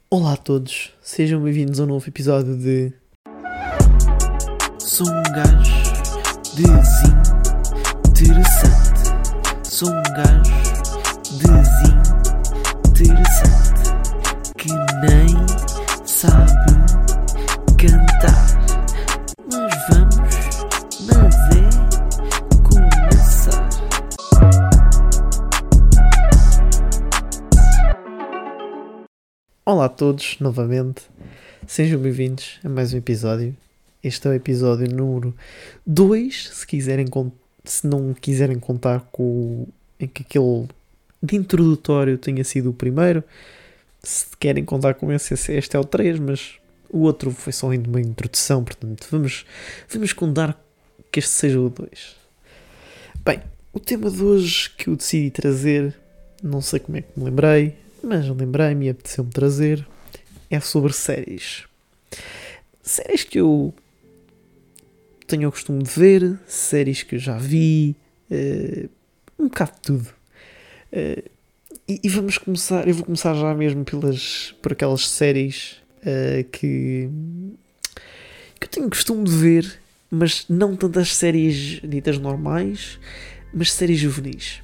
Olá a todos, sejam bem-vindos a um novo episódio de Sou um gajo desinteressante. Sou um gajo desinteressante que nem sabe cantar. Mas é começar. Olá a todos, novamente, sejam bem-vindos a mais um episódio. Este é o episódio número 2, se não quiserem contar com em que aquele de introdutório tenha sido o primeiro. Se querem contar com esse, este é o 3, mas o outro foi só ainda uma introdução, portanto vamos contar que este seja o 2. Bem, o tema de hoje que eu decidi trazer, não sei como é que me lembrei, mas lembrei-me e apeteceu-me trazer, é sobre séries. Séries que eu tenho o costume de ver, séries que eu já vi, um bocado de tudo. E vamos começar, eu vou começar já mesmo por aquelas séries que eu tenho costume de ver, mas não tantas séries ditas normais, mas séries juvenis.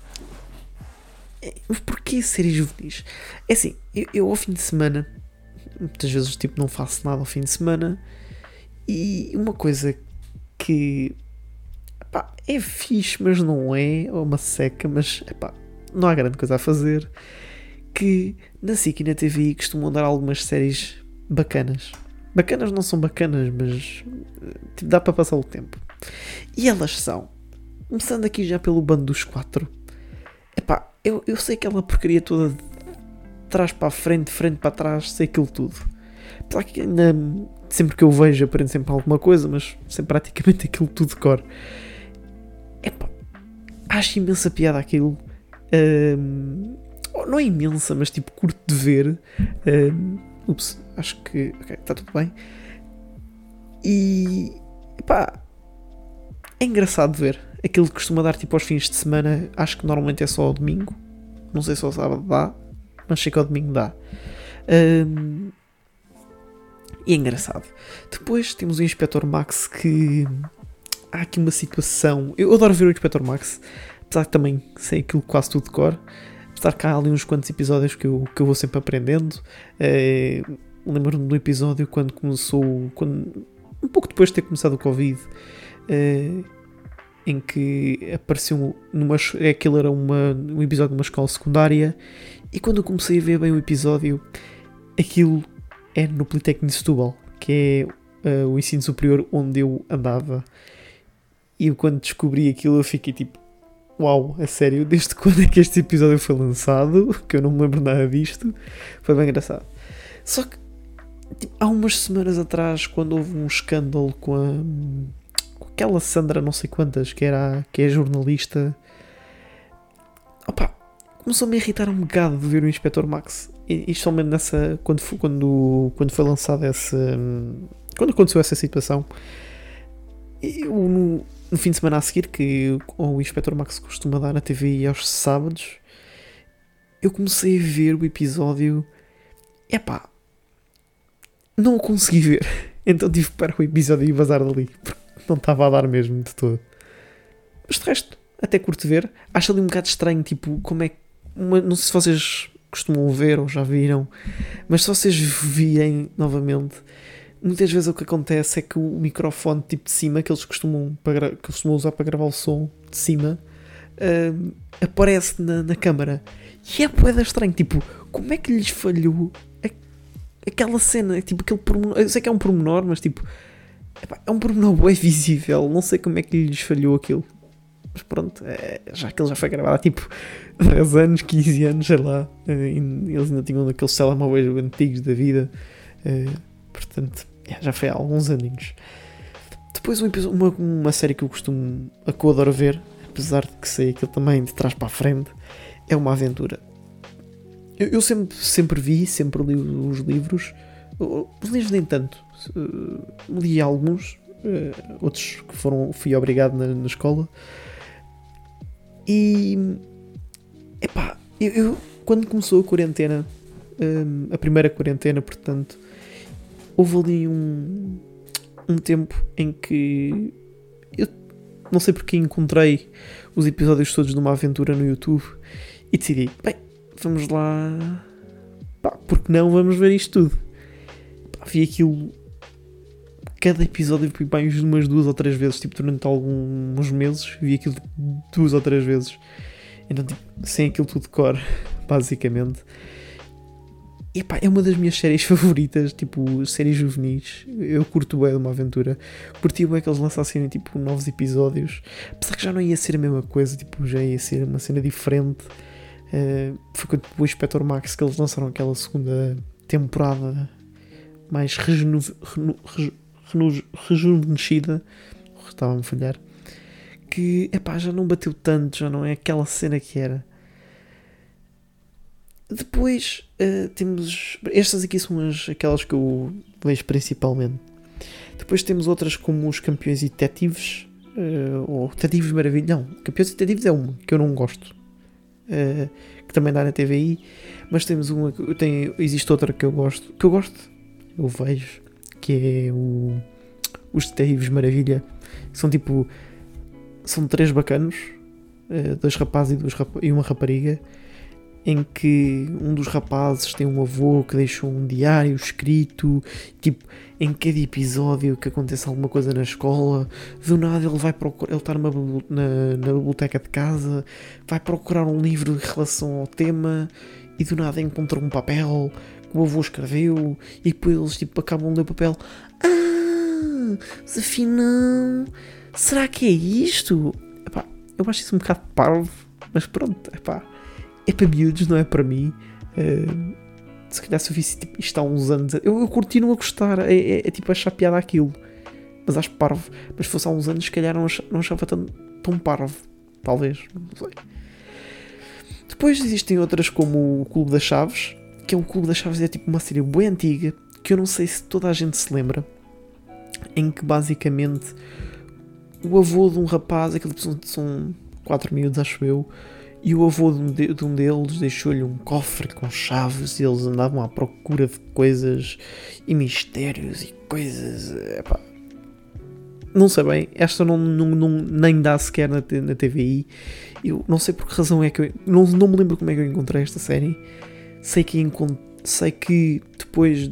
Porquê séries juvenis? É assim, eu ao fim de semana, muitas vezes tipo, não faço nada ao fim de semana, e uma coisa que é fixe, mas não é uma seca, mas não há grande coisa a fazer, que na SIC e na TV costumam dar algumas séries bacanas. Bacanas não são bacanas, mas tipo, dá para passar o tempo. E elas são, começando aqui já pelo Bando dos 4, eu sei aquela porcaria toda de trás para a frente, frente para trás, sei aquilo tudo. Apesar que ainda, sempre que eu vejo aprendo sempre alguma coisa, mas sei praticamente aquilo tudo de cor. Acho imensa piada aquilo. Não é imensa, mas tipo curto de ver. Acho que está tudo bem. E é engraçado de ver. Aquilo que costuma dar tipo aos fins de semana, acho que normalmente é só ao domingo. Não sei se ao sábado dá, mas sei que ao domingo dá. E é engraçado. Depois temos o Inspector Max, que há aqui uma situação. Eu adoro ver o Inspector Max, apesar que também sei aquilo quase tudo de cor. Apesar que há ali uns quantos episódios que eu vou sempre aprendendo. Lembro-me do episódio quando começou, um pouco depois de ter começado o Covid, em que apareceu aquilo era um episódio de uma escola secundária, e quando eu comecei a ver bem o episódio, aquilo é no Politécnico de Setúbal, que é o ensino superior onde eu andava. E eu, quando descobri aquilo, eu fiquei tipo, uau, a sério, desde quando é que este episódio foi lançado? Que eu não me lembro nada disto. Foi bem engraçado. Só que tipo, há umas semanas atrás, quando houve um escândalo com aquela Sandra não sei quantas, que é jornalista, começou-me a irritar um bocado de ver o Inspector Max. E somente nessa, quando foi lançado quando aconteceu essa situação, eu, no fim de semana a seguir, que o Inspector Max costuma dar na TV aos sábados, eu comecei a ver o episódio. Não o consegui ver. Então tive que parar o episódio e vazar dali, porque não estava a dar mesmo de todo. Mas de resto, até curto ver. Acho ali um bocado estranho, tipo, como é que... não sei se vocês costumam ver ou já viram, mas se vocês virem novamente, muitas vezes o que acontece é que o microfone tipo de cima, que eles costumam usar para gravar o som de cima, aparece na câmara. E é bué estranho, tipo, como é que lhes falhou aquela cena, tipo, aquele pormenor. Eu sei que é um pormenor, mas tipo, é um pormenor bué visível, não sei como é que lhes falhou aquilo. Mas pronto, já aquilo já foi gravado há tipo 10 anos, 15 anos, sei lá. Eles ainda tinham aqueles telemóveis antigos da vida. Portanto, já foi há alguns aninhos. Depois uma série que eu adoro ver, apesar de que sei aquilo também de trás para a frente, é Uma Aventura. Eu sempre vi, sempre li os livros. Os livros nem tanto. Li alguns, outros que fui obrigado na escola. E eu quando começou a quarentena, a primeira quarentena, portanto, houve ali um tempo em que eu não sei porque encontrei os episódios todos de uma aventura no YouTube e decidi, bem, vamos lá, pá, porque não vamos ver isto tudo. Pá, vi aquilo, cada episódio fui mais umas 2 ou 3 vezes, tipo, durante alguns meses, vi aquilo 2 ou 3 vezes, então, tipo, sem aquilo tudo de cor, basicamente. E pá, é uma das minhas séries favoritas, tipo, séries juvenis. Eu curto bem de uma aventura. Curti bem que eles lançassem, tipo, novos episódios. Apesar que já não ia ser a mesma coisa, tipo, já ia ser uma cena diferente. Foi com o Inspector Max que eles lançaram aquela segunda temporada mais rejuvenescida. Estava a me falhar. Que, epá, já não bateu tanto, já não é aquela cena que era. Depois temos... Estas aqui são aquelas que eu vejo principalmente. Depois temos outras como os Campeões e Detetives. Ou Detetives Maravilha. Não, Campeões e Detetives é uma que eu não gosto. Que também dá na TVI. Mas temos uma... existe outra que eu gosto. Eu vejo. Que é os Detetives Maravilha. São tipo... São 3 bacanos. 2 rapazes e uma rapariga. Em que um dos rapazes tem um avô que deixou um diário escrito, tipo, em cada episódio que acontece alguma coisa na escola, do nada ele vai procurar, ele está na biblioteca de casa, vai procurar um livro em relação ao tema, e do nada encontra um papel que o avô escreveu, e depois eles, tipo, acabam de ler o papel. Mas afinal, será que é isto? Epá, eu acho isso um bocado parvo, mas pronto, epá. É para miúdos, não é para mim. Se calhar se eu visse tipo, isto há uns anos, eu continuo a gostar, é tipo achar piada aquilo, mas acho parvo. Mas se fosse há uns anos, se calhar não achava tão parvo, talvez, não sei. Depois existem outras como o Clube das Chaves, que é o Clube das Chaves, é tipo uma série bem antiga, que eu não sei se toda a gente se lembra, em que basicamente o avô de um rapaz, aquele são 4 miúdos, acho eu. E o avô de um deles deixou-lhe um cofre com chaves e eles andavam à procura de coisas e mistérios e coisas. Epá. Não sei bem, esta não nem dá sequer na TVI. Eu não sei por que razão é que eu... Não me lembro como é que eu encontrei esta série. Sei que depois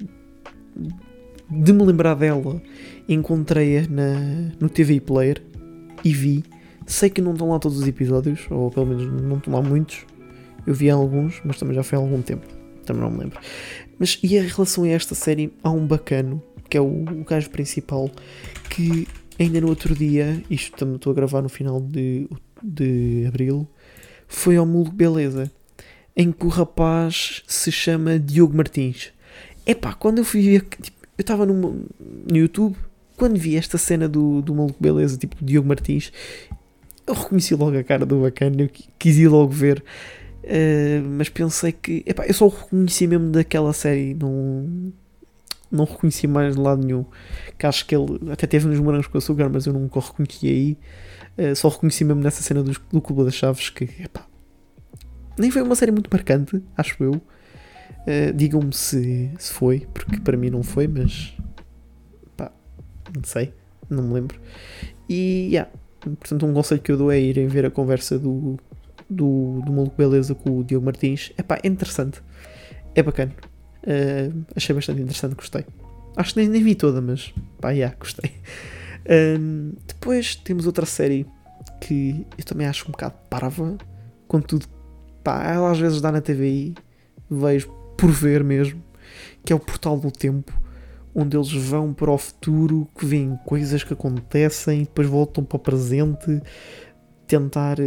de me lembrar dela, encontrei-a no TV Player e vi. Sei que não estão lá todos os episódios, ou pelo menos não estão lá muitos. Eu vi alguns, mas também já foi há algum tempo. Também não me lembro. Mas e em relação a esta série, há um bacano, que é o gajo principal, que ainda no outro dia, isto também estou a gravar no final de abril, foi ao Mundo Beleza, em que o rapaz se chama Diogo Martins. Epá, quando eu fui ver, tipo, eu estava no YouTube, quando vi esta cena do Maluco Beleza, tipo Diogo Martins, eu reconheci logo a cara do bacana, eu quis ir logo ver, mas pensei que, epá, eu só o reconheci mesmo daquela série, não reconheci mais de lado nenhum, que acho que ele até teve nos Morangos com Açúcar, mas eu nunca o reconheci aí, só reconheci mesmo nessa cena do Clube das Chaves, que, epá, nem foi uma série muito marcante, acho eu. Digam-me se foi, porque para mim não foi, mas pá, não sei, não me lembro. E portanto, um conselho que eu dou é irem ver a conversa do Maluco Beleza com o Diogo Martins. É interessante, é bacana. Achei bastante interessante, gostei. Acho que nem vi toda, mas pá, gostei. Depois temos outra série que eu também acho um bocado parva, contudo, pá, ela às vezes dá na TVI, vejo por ver mesmo, que é o Portal do Tempo, onde eles vão para o futuro, que veem coisas que acontecem, depois voltam para o presente, tentam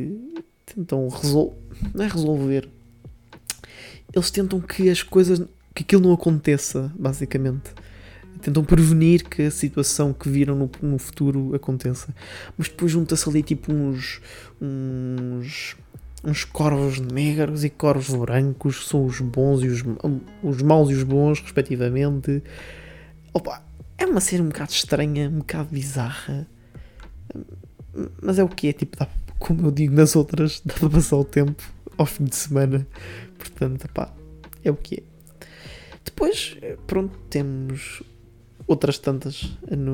não é resolver, eles tentam que as coisas, que aquilo não aconteça, basicamente. Tentam prevenir que a situação que viram no futuro aconteça. Mas depois junta-se ali tipo uns corvos negros e corvos brancos, que são os bons e os maus e os bons, respectivamente. Opa, é uma série um bocado estranha, um bocado bizarra. Mas é o que é, tipo, como eu digo nas outras, dá para passar o tempo ao fim de semana. Portanto, pá, é o que é. Depois, pronto, temos outras tantas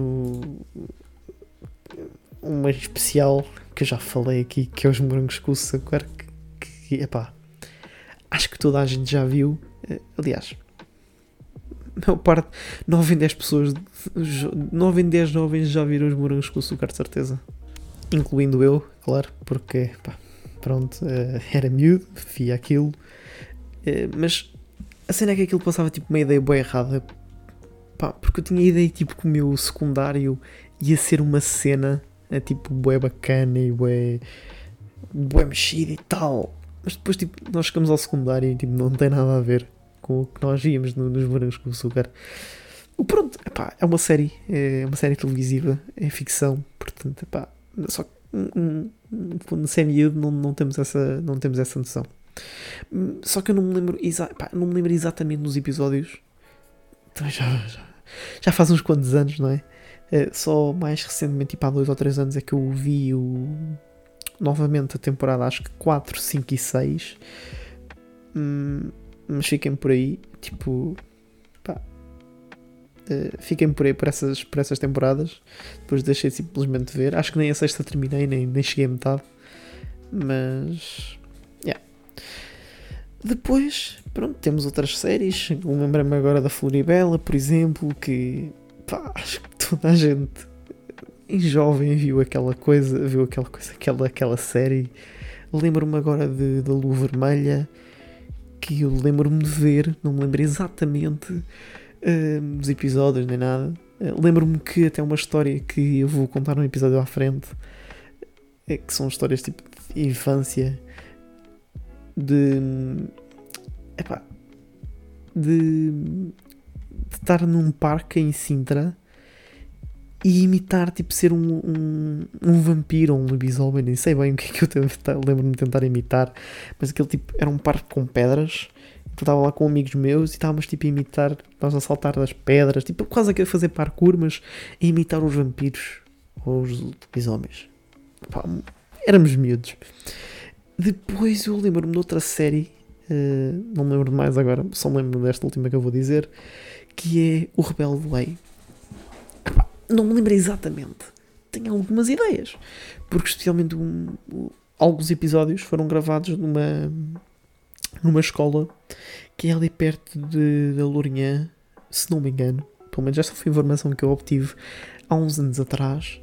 uma especial que eu já falei aqui, que é os morangos com açúcar, que epá, acho que toda a gente já viu. Aliás, a maior parte, 9 em 10 pessoas, 9 em 10 jovens já viram os morangos com açúcar, de certeza. Incluindo eu, claro, porque, pá, pronto, era miúdo, via aquilo. Mas a cena é que aquilo passava tipo uma ideia boa errada. Pá, porque eu tinha a ideia tipo que o meu secundário ia ser uma cena tipo bué bacana e bué mexida e tal. Mas depois tipo, nós chegamos ao secundário e tipo, não tem nada a ver com o que nós víamos nos morangos com açúcar. Pronto, epá, é uma série televisiva, é ficção, portanto, epá, só que quando se é miúdo não temos essa noção. Só que eu não me lembro, exatamente dos episódios. Então já faz uns quantos anos, não é? Só mais recentemente, tipo há 2 ou 3 anos, é que eu vi novamente a temporada, acho que 4, 5 e 6. Mas fiquem por aí, tipo, pá, fiquem por aí por essas temporadas. Depois deixei simplesmente de ver. Acho que nem a sexta terminei, nem cheguei a metade. Mas, yeah. Depois, pronto, temos outras séries. Lembrei-me agora da Floribela, por exemplo, que, pá, acho que toda a gente em jovem viu aquela série. Lembro-me agora da Lua Vermelha, que eu lembro-me de ver, não me lembro exatamente dos episódios nem nada. Lembro-me que até uma história que eu vou contar num episódio à frente, que são histórias tipo de infância, de estar num parque em Sintra e imitar, tipo, ser um vampiro ou um lobisomem, nem sei bem o que é que eu lembro-me de tentar imitar, mas aquele tipo, era um parque com pedras, eu estava lá com amigos meus e estávamos tipo a imitar, nós a saltar das pedras, tipo, quase a fazer parkour, mas a imitar os vampiros ou os lobisomens. Pá, éramos miúdos. Depois eu lembro-me de outra série, não me lembro de mais agora, só me lembro desta última que eu vou dizer, que é O Rebelde Way. Não me lembro exatamente. Tenho algumas ideias. Porque especialmente alguns episódios foram gravados numa escola que é ali perto da Lourinhã, se não me engano. Pelo menos esta foi a informação que eu obtive há uns anos atrás.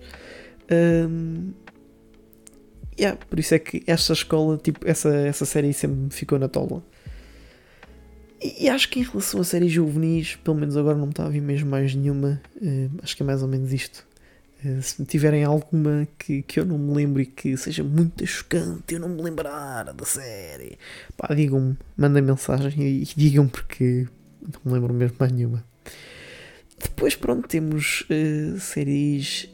Por isso é que esta escola, tipo, essa série sempre me ficou na tola. E acho que em relação a séries juvenis, pelo menos agora não me está a vir mesmo mais nenhuma. Acho que é mais ou menos isto. Se tiverem alguma que eu não me lembro e que seja muito chocante, eu não me lembrar da série, pá, digam-me, mandem mensagem e digam-me, porque não me lembro mesmo mais nenhuma. Depois, pronto, temos séries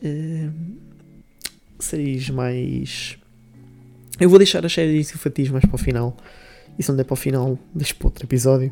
mais... Eu vou deixar as séries infantis mais para o final. E se não der para o final, deixo para outro episódio.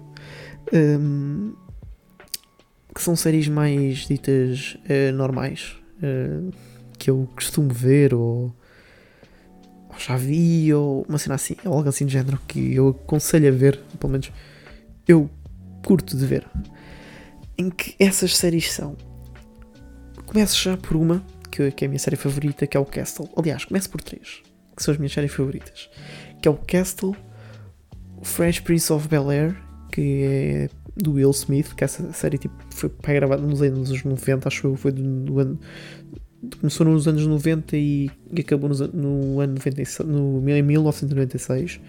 Que são séries mais ditas normais, que eu costumo ver, ou já vi, ou uma cena assim, ou algo assim de género, que eu aconselho a ver, pelo menos eu curto de ver. Em que essas séries são... Começo já por uma, que é a minha série favorita, que é o Castle. Aliás, começo por 3, que são as minhas séries favoritas. Que é o Castle, o Fresh Prince of Bel-Air, que é do Will Smith, que essa série tipo, foi gravada nos anos 90, acho que foi do ano... Começou nos anos 90 e acabou no ano 96, em 1996.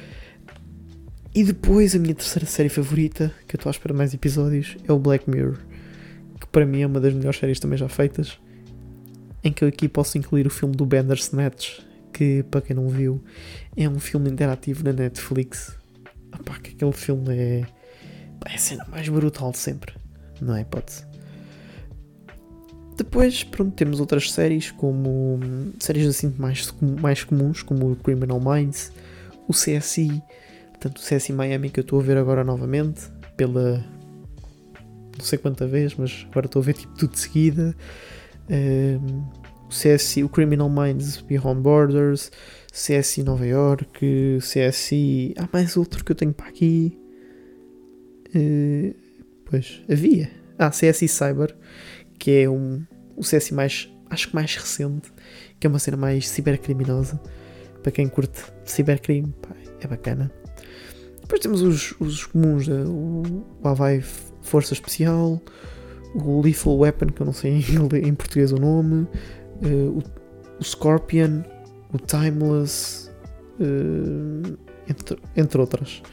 E depois a minha terceira série favorita, que eu estou à espera de mais episódios, é o Black Mirror, que para mim é uma das melhores séries também já feitas, em que eu aqui posso incluir o filme do Bandersnatch, que para quem não viu é um filme interativo na Netflix. Opá, que aquele filme é a cena mais brutal de sempre, não é hipótese. Depois, pronto, temos outras séries, como séries assim mais comuns, como o Criminal Minds, o CSI, portanto o CSI Miami, que eu estou a ver agora novamente, pela não sei quanta vez, mas agora estou a ver tipo tudo de seguida. O CSI, o Criminal Minds Beyond Borders, CSI Nova York, CSI... Há mais outro que eu tenho para aqui. Pois, havia. CSI Cyber, que é o CSI acho que mais recente, que é uma cena mais cibercriminosa. Para quem curte cibercrime, pá, é bacana. Depois temos os comuns, o Havaí Força Especial, o Lethal Weapon, que eu não sei em português o nome, o Scorpion, o Timeless, entre outras.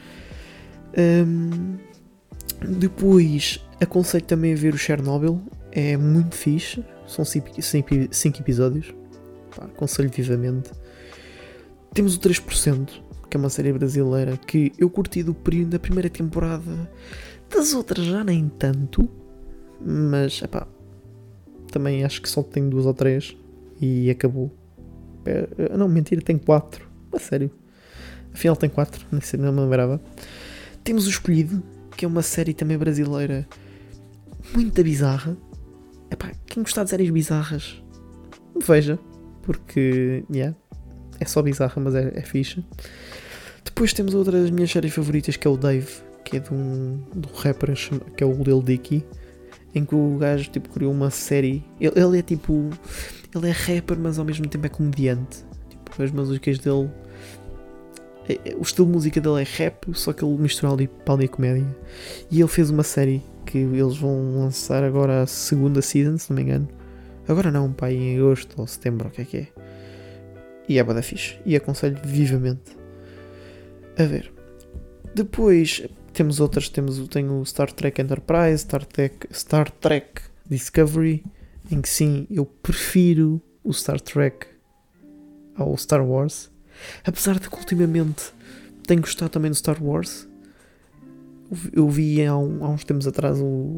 Depois aconselho também a ver o Chernobyl, é muito fixe, são 5 episódios, pá, aconselho vivamente. Temos o 3%, que é uma série brasileira que eu curti do período da primeira temporada, das outras já nem tanto, mas epá, também acho que só tem 2 ou 3 e acabou. Não, mentira, tem 4, a sério, afinal tem 4, não me lembrava. Temos o Escolhido, que é uma série também brasileira muito bizarra. Epá, quem gostar de séries bizarras, veja, porque é só bizarra, mas é fixe. Depois temos outra das minhas séries favoritas, que é o Dave, que é de um rapper que é o Lil Dicky, em que o gajo tipo criou uma série. Ele é tipo, ele é rapper, mas ao mesmo tempo é comediante. Tipo, as músicas dele, o estilo de música dele é rap, só que ele mistura ali para a comédia. E ele fez uma série que eles vão lançar agora a segunda season, se não me engano. Agora não, pá, em agosto ou setembro, o que é. E é bada fixe. E aconselho vivamente a ver. Depois temos outras. Tenho o Star Trek Enterprise, Star Trek Discovery, em que sim, eu prefiro o Star Trek ao Star Wars. Apesar de que ultimamente tenho gostado também do Star Wars. Eu vi há uns tempos atrás,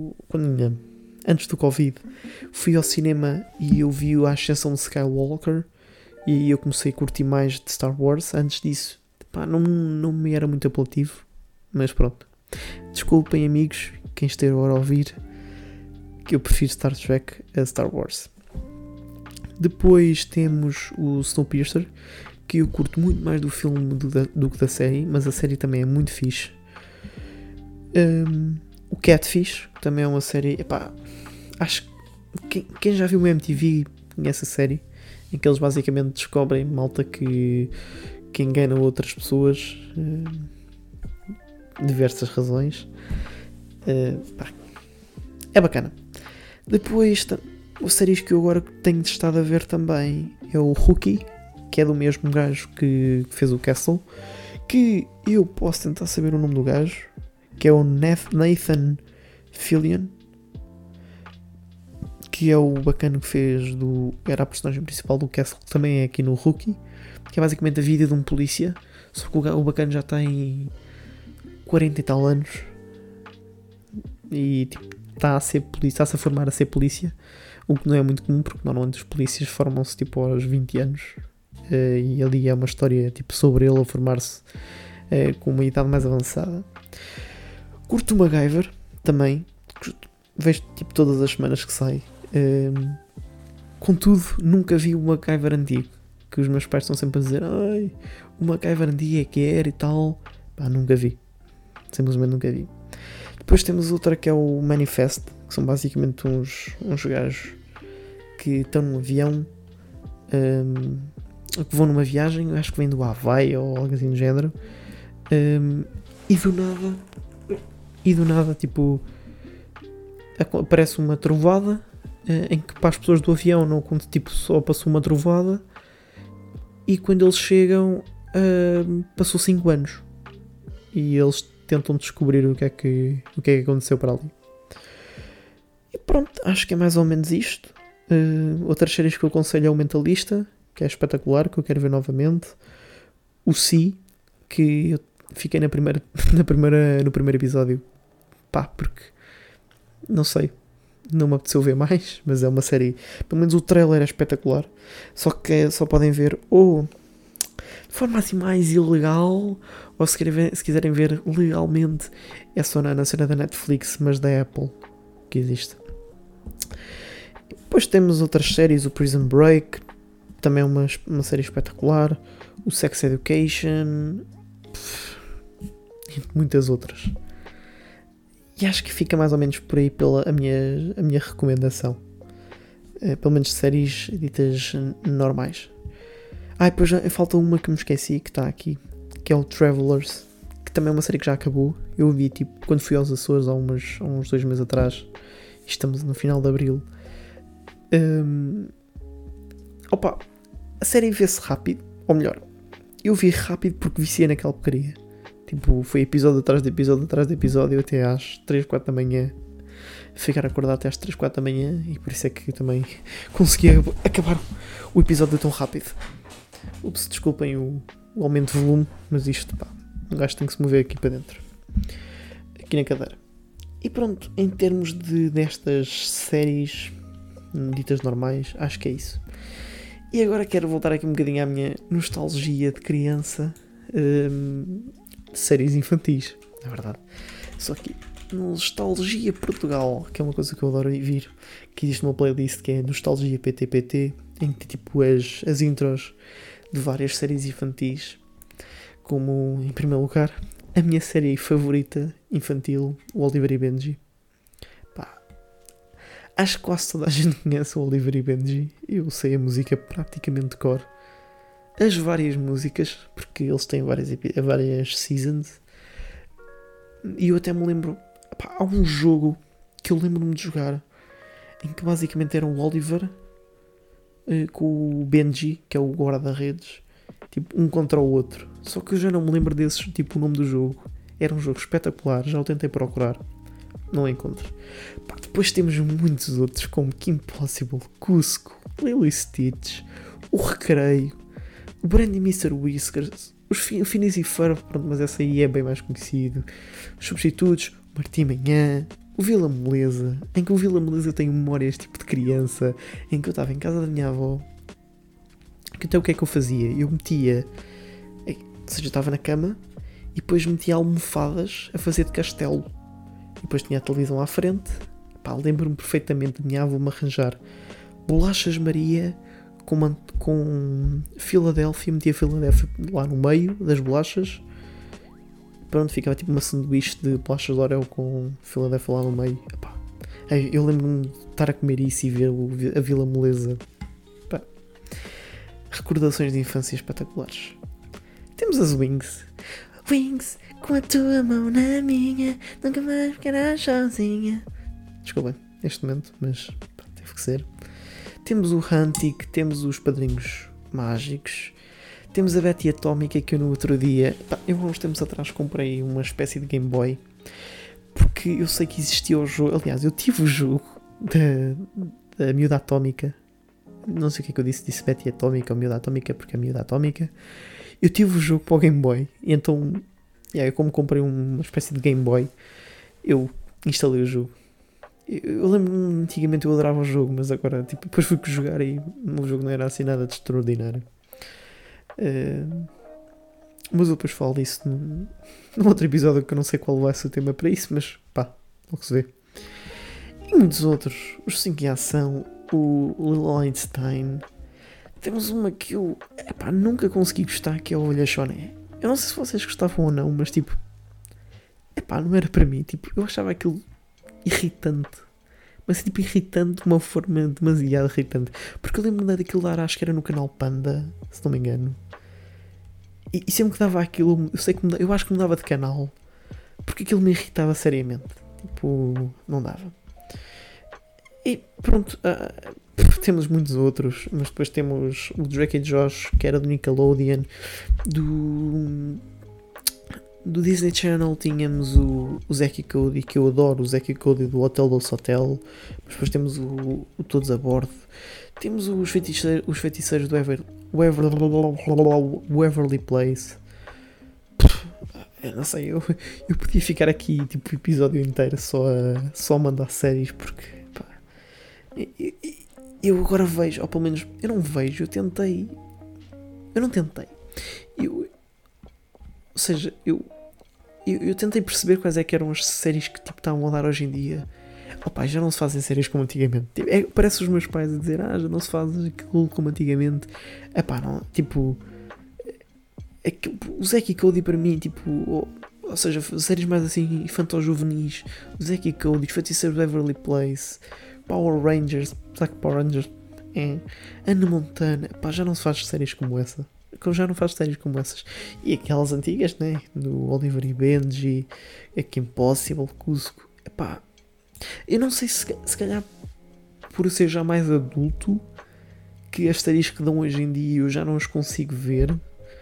antes do Covid, fui ao cinema e eu vi a Ascensão de Skywalker. E aí eu comecei a curtir mais de Star Wars. Antes disso, pá, não me era muito apelativo. Mas pronto. Desculpem, amigos, quem esteja agora a ouvir, que eu prefiro Star Trek a Star Wars. Depois temos o Snowpiercer, que eu curto muito mais do filme do que da série, mas a série também é muito fixe. O Catfish, que também é uma série, epá, acho que quem já viu o MTV conhece a série, em que eles basicamente descobrem malta que engana outras pessoas, diversas razões. É bacana. Depois, as séries que eu agora tenho estado a ver também é o Rookie, que é do mesmo gajo que fez o Castle, que eu posso tentar saber o nome do gajo, que é o Nathan Fillion, que é o bacana que fez era a personagem principal do Castle, que também é aqui no Rookie, que é basicamente a vida de um polícia, só que o bacana já tem 40 e tal anos e tipo, está-se a formar a ser polícia, o que não é muito comum, porque normalmente os polícias formam-se tipo aos 20 anos, e ali é uma história tipo sobre ele a formar-se com uma idade mais avançada. Curto o MacGyver também, vejo tipo todas as semanas que sai. Contudo, nunca vi o MacGyver antigo, que os meus pais estão sempre a dizer: ai, o MacGyver antigo é que era e tal. Pá, nunca vi, simplesmente nunca vi. Depois temos outra que é o Manifest, que são basicamente uns gajos que estão num avião, que vão numa viagem, eu acho que vem do Havaí ou algo assim do género, e do nada tipo aparece uma trovada, em que para as pessoas do avião não conta, tipo, só passou uma trovada, e quando eles chegam passou 5 anos e eles tentam descobrir o que é que aconteceu para ali. E pronto, acho que é mais ou menos isto. Outras séries que eu aconselho é o Mentalista, que é espetacular, que eu quero ver novamente. O Si, que eu fiquei no primeiro episódio, pá, porque não sei, não me apeteceu ver mais, mas é uma série, pelo menos o trailer é espetacular, só que só podem ver ou de forma assim mais ilegal, ou se quiserem ver legalmente é só na cena da Netflix, mas da Apple que existe. Depois temos outras séries, o Prison Break, também é uma série espetacular, o Sex Education, e muitas outras. E acho que fica mais ou menos por aí pela a minha recomendação. Pelo menos de séries ditas normais. E depois falta uma que me esqueci, que está aqui, que é o Travelers, que também é uma série que já acabou. Eu vi tipo quando fui aos Açores há uns 2 meses atrás. Estamos no final de Abril. A série vê-se rápido, ou melhor, eu vi rápido porque viciei naquela porcaria. Tipo, foi episódio atrás de episódio atrás de episódio até às 3, 4 da manhã. Ficar acordado até às 3, 4 da manhã, e por isso é que também conseguia acabar o episódio tão rápido. Ups, desculpem o aumento de volume, mas isto, um gajo tem que se mover aqui para dentro. Aqui na cadeira. E pronto, em termos destas séries ditas normais, acho que é isso. E agora quero voltar aqui um bocadinho à minha nostalgia de criança. De séries infantis, na verdade. Só que Nostalgia Portugal, que é uma coisa que eu adoro ouvir, que existe uma playlist que é Nostalgia PTPT, em que tipo as intros de várias séries infantis, como em primeiro lugar a minha série favorita infantil, o Oliver e Benji. Acho que quase toda a gente conhece o Oliver e Benji. Eu sei a música praticamente de cor. As várias músicas, porque eles têm várias seasons. E eu até me lembro, há um jogo que eu lembro-me de jogar, em que basicamente era o Oliver com o Benji, que é o guarda-redes, tipo, um contra o outro. Só que eu já não me lembro o nome do jogo. Era um jogo espetacular, já o tentei procurar, não encontro. Depois temos muitos outros, como Kim Possible, Cusco, Lilo e Stitch, o Recreio, o Brandy Mr. Whiskers, o Phineas e Ferb, pronto, mas essa aí é bem mais conhecido. Os Substitutos, o Martim Manhã, o Vila Moleza, em que o Vila Moleza eu tenho memórias tipo de criança, em que eu estava em casa da minha avó. Então o que é que eu fazia? Eu metia, ou seja, eu estava na cama e depois metia almofadas a fazer de castelo. E depois tinha a televisão à frente. Lembro-me perfeitamente de minha avó me arranjar bolachas Maria com Filadélfia, metia Filadélfia lá no meio das bolachas. Pronto, ficava tipo uma sanduíche de bolachas de Oreo com Filadélfia lá no meio. Eu lembro-me de estar a comer isso e ver a Vila Moleza. Recordações de infância espetaculares. Temos as Wings. Wings, com a tua mão na minha, nunca mais ficarás sozinha. Desculpem este momento, mas teve que ser. Temos o Huntic, temos os Padrinhos Mágicos, temos a Betty Atómica, que eu no outro dia, eu há uns tempos atrás comprei uma espécie de Game Boy, porque eu sei que existia o jogo, aliás, eu tive o jogo da Miúda Atómica, não sei o que é que eu disse Betty Atómica ou Miúda Atómica, porque é Miúda Atómica. Eu tive o jogo para o Game Boy, e então, eu como comprei uma espécie de Game Boy, eu instalei o jogo. Eu lembro-me, antigamente eu adorava o jogo, mas agora, depois fui jogar e o jogo não era assim nada de extraordinário. Mas eu depois falo disso num outro episódio, que eu não sei qual vai ser o tema para isso, mas logo se vê. E muitos outros, os 5 em ação, o Lilo Einstein. Temos uma que eu nunca consegui gostar, que é o Olha Choné. Eu não sei se vocês gostavam ou não, mas não era para mim. Eu achava aquilo irritante, mas irritante de uma forma demasiado irritante, porque eu lembro-me daquilo dar, acho que era no canal Panda, se não me engano, e sempre que dava aquilo, eu acho que mudava de canal, porque aquilo me irritava seriamente, não dava. E pronto, temos muitos outros, mas depois temos o Drake e Josh, que era do Nickelodeon, do Disney Channel tínhamos o Zack e Cody, que eu adoro, o Zack e Cody do Hotel do Hotel, mas depois temos o Todos a Bordo, temos os feiticeiros do Waverly Place. Eu não sei, eu podia ficar aqui o episódio inteiro só a mandar séries, porque eu agora vejo, ou pelo menos eu não vejo, eu não tentei. Ou seja, eu tentei perceber quais é que eram as séries que estavam a dar hoje em dia. Já não se fazem séries como antigamente. Parece os meus pais a dizer, já não se faz aquilo como antigamente. Não, o Zack e Cody para mim, ou seja, séries mais assim infanto-juvenis, Zack e Cody, Feiticeiros de Beverly Place, Power Rangers, Zack Power Rangers, Hannah Montana, pá, já não se faz séries como essa. Já não faz séries como essas. E aquelas antigas, né? Do Oliver e Benji, Kim Possible, Cusco. Epá, eu não sei se calhar por ser já mais adulto, que as séries que dão hoje em dia eu já não as consigo ver.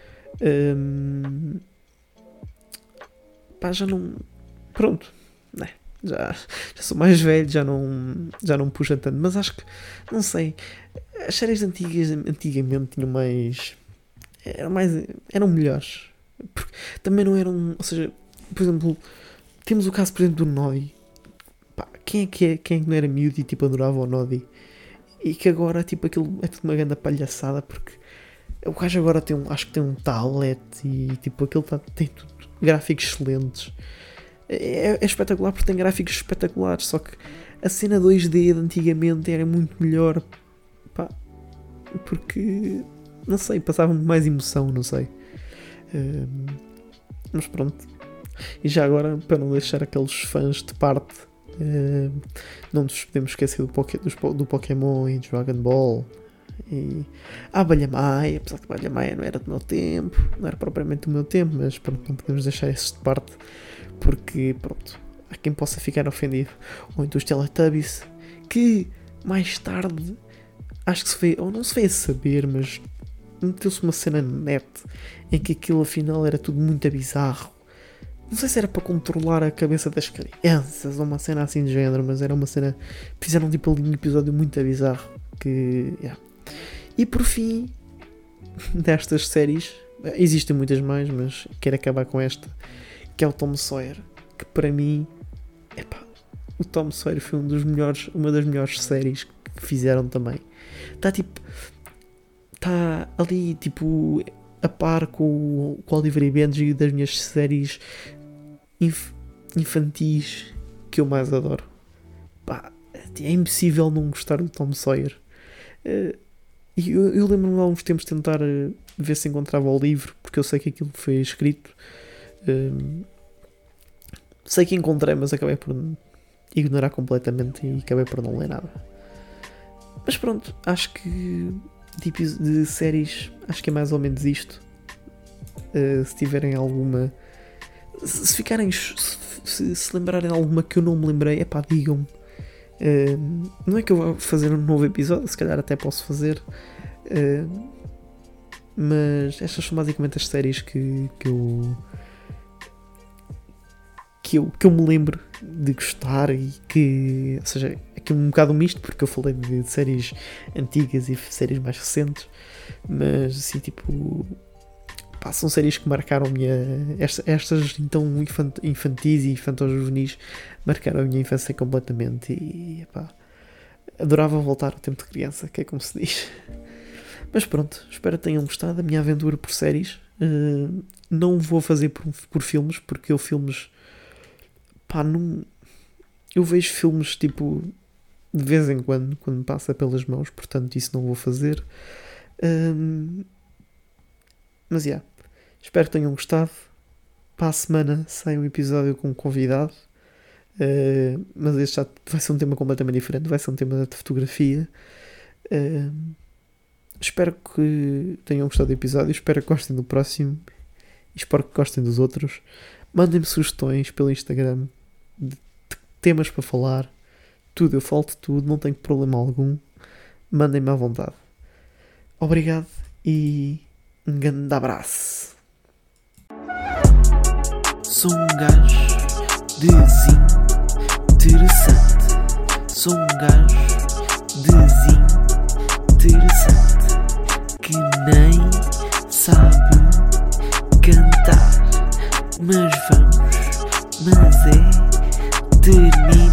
Pá, já não. Pronto, né? Já sou mais velho, já não puxa tanto. Mas acho que, não sei, as séries antigamente tinham mais. Eram melhores. Porque também não eram. Ou seja, por exemplo, temos o caso, por exemplo, do Noddy. Pá, quem é que não era miúdo e tipo adorava o Noddy? E que agora tipo aquilo é tudo uma grande palhaçada, porque o gajo agora acho que tem um tablet e tipo aquilo tem tudo, gráficos excelentes. É espetacular porque tem gráficos espetaculares, só que a cena 2D de antigamente era muito melhor, pá, porque não sei, passava mais emoção, não sei. Mas pronto. E já agora, para não deixar aqueles fãs de parte, não nos podemos esquecer do Pokémon e Dragon Ball. E a Abelha Maia, apesar que a Abelha Maia não era do meu tempo, não era propriamente do meu tempo, mas pronto, não podemos deixar isso de parte, porque pronto, há quem possa ficar ofendido. Ou então os Teletubbies, que mais tarde acho que se veio, ou não se veio a saber, mas meteu-se uma cena net em que aquilo afinal era tudo muito bizarro. Não sei se era para controlar a cabeça das crianças ou uma cena assim de género, mas era uma cena. Fizeram tipo ali um episódio muito bizarro. E por fim destas séries, existem muitas mais, mas quero acabar com esta, que é o Tom Sawyer. Que para mim, o Tom Sawyer foi uma das melhores séries que fizeram também. Está ali tipo a par com o Oliver e Benji, das minhas séries infantis que eu mais adoro. Pá, é impossível não gostar do Tom Sawyer. E eu lembro-me há uns tempos de tentar ver se encontrava o livro, porque eu sei que aquilo foi escrito. Sei que encontrei, mas acabei por ignorar completamente e acabei por não ler nada. Mas pronto, acho que de séries, acho que é mais ou menos isto. Se tiverem alguma, se ficarem, se lembrarem de alguma que eu não me lembrei, digam-me. Não é que eu vou fazer um novo episódio, se calhar até posso fazer, mas estas são basicamente as séries que eu me lembro de gostar e que, ou seja, aqui um bocado misto, porque eu falei de séries antigas e séries mais recentes, mas assim, tipo, são séries que marcaram a minha, estas então infantis e infanto-juvenis marcaram a minha infância completamente e adorava voltar ao tempo de criança, que é como se diz. Mas pronto, espero que tenham gostado da minha aventura por séries. Não vou fazer por filmes, porque eu filmes, não, eu vejo filmes tipo de vez em quando me passa pelas mãos, portanto isso não vou fazer. Mas espero que tenham gostado. Para a semana sai um episódio com um convidado, mas este já vai ser um tema completamente diferente, vai ser um tema de fotografia. Espero que tenham gostado do episódio, espero que gostem do próximo e espero que gostem dos outros. Mandem-me sugestões pelo Instagram de temas para falar, tudo, eu falo de tudo, não tenho problema algum. Mandem-me à vontade. Obrigado e um grande abraço. Sou um gajo desinteressante. Sou um gajo desinteressante que nem sabe cantar. Mas é terminar.